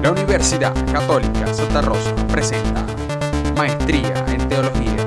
La Universidad Católica Santa Rosa presenta Maestría en Teología.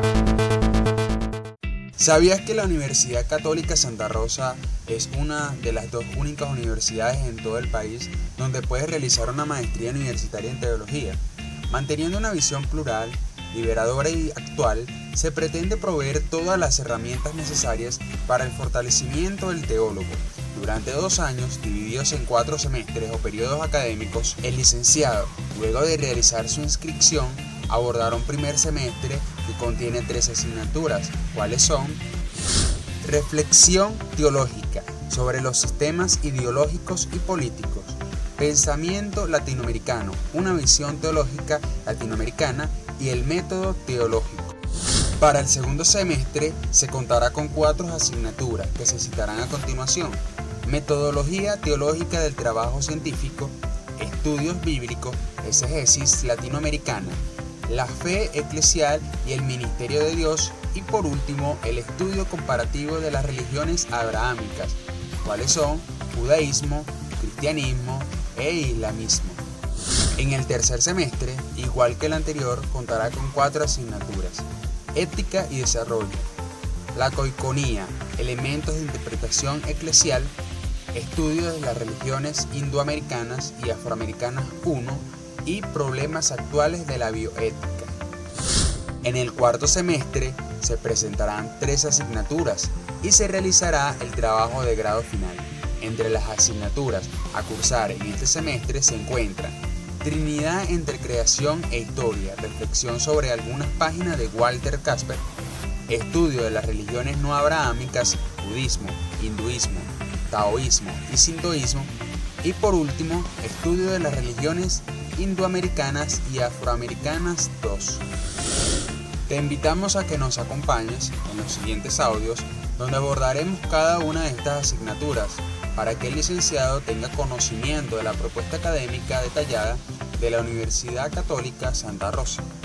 ¿Sabías que la Universidad Católica Santa Rosa es una de las dos únicas universidades en todo el país donde puedes realizar una maestría universitaria en teología? Manteniendo una visión plural, liberadora y actual, se pretende proveer todas las herramientas necesarias para el fortalecimiento del teólogo. Durante 2 años, divididos en 4 semestres o periodos académicos, el licenciado, luego de realizar su inscripción, abordará un primer semestre que contiene 3 asignaturas, cuales son: Reflexión teológica sobre los sistemas ideológicos y políticos, Pensamiento latinoamericano, una visión teológica latinoamericana y el método teológico. Para el segundo semestre se contará con 4 asignaturas que se citarán a continuación: Metodología teológica del trabajo científico, Estudios bíblicos, exégesis latinoamericana, la fe eclesial y el ministerio de Dios, y por último el estudio comparativo de las religiones abrahámicas, cuáles son judaísmo, cristianismo e islamismo. En el tercer semestre, igual que el anterior, contará con 4 asignaturas: ética y desarrollo, la coiconía, elementos de interpretación eclesial, estudio de las religiones indoamericanas y afroamericanas 1 y problemas actuales de la bioética. En el cuarto semestre se presentarán 3 asignaturas y se realizará el trabajo de grado final. Entre las asignaturas a cursar en este semestre se encuentran Trinidad entre creación e historia, reflexión sobre algunas páginas de Walter Casper, estudio de las religiones no abrahámicas, budismo, hinduismo, taoísmo y sintoísmo, y por último, estudio de las religiones indoamericanas y afroamericanas 2. Te invitamos a que nos acompañes en los siguientes audios, donde abordaremos cada una de estas asignaturas para que el licenciado tenga conocimiento de la propuesta académica detallada de la Universidad Católica Santa Rosa.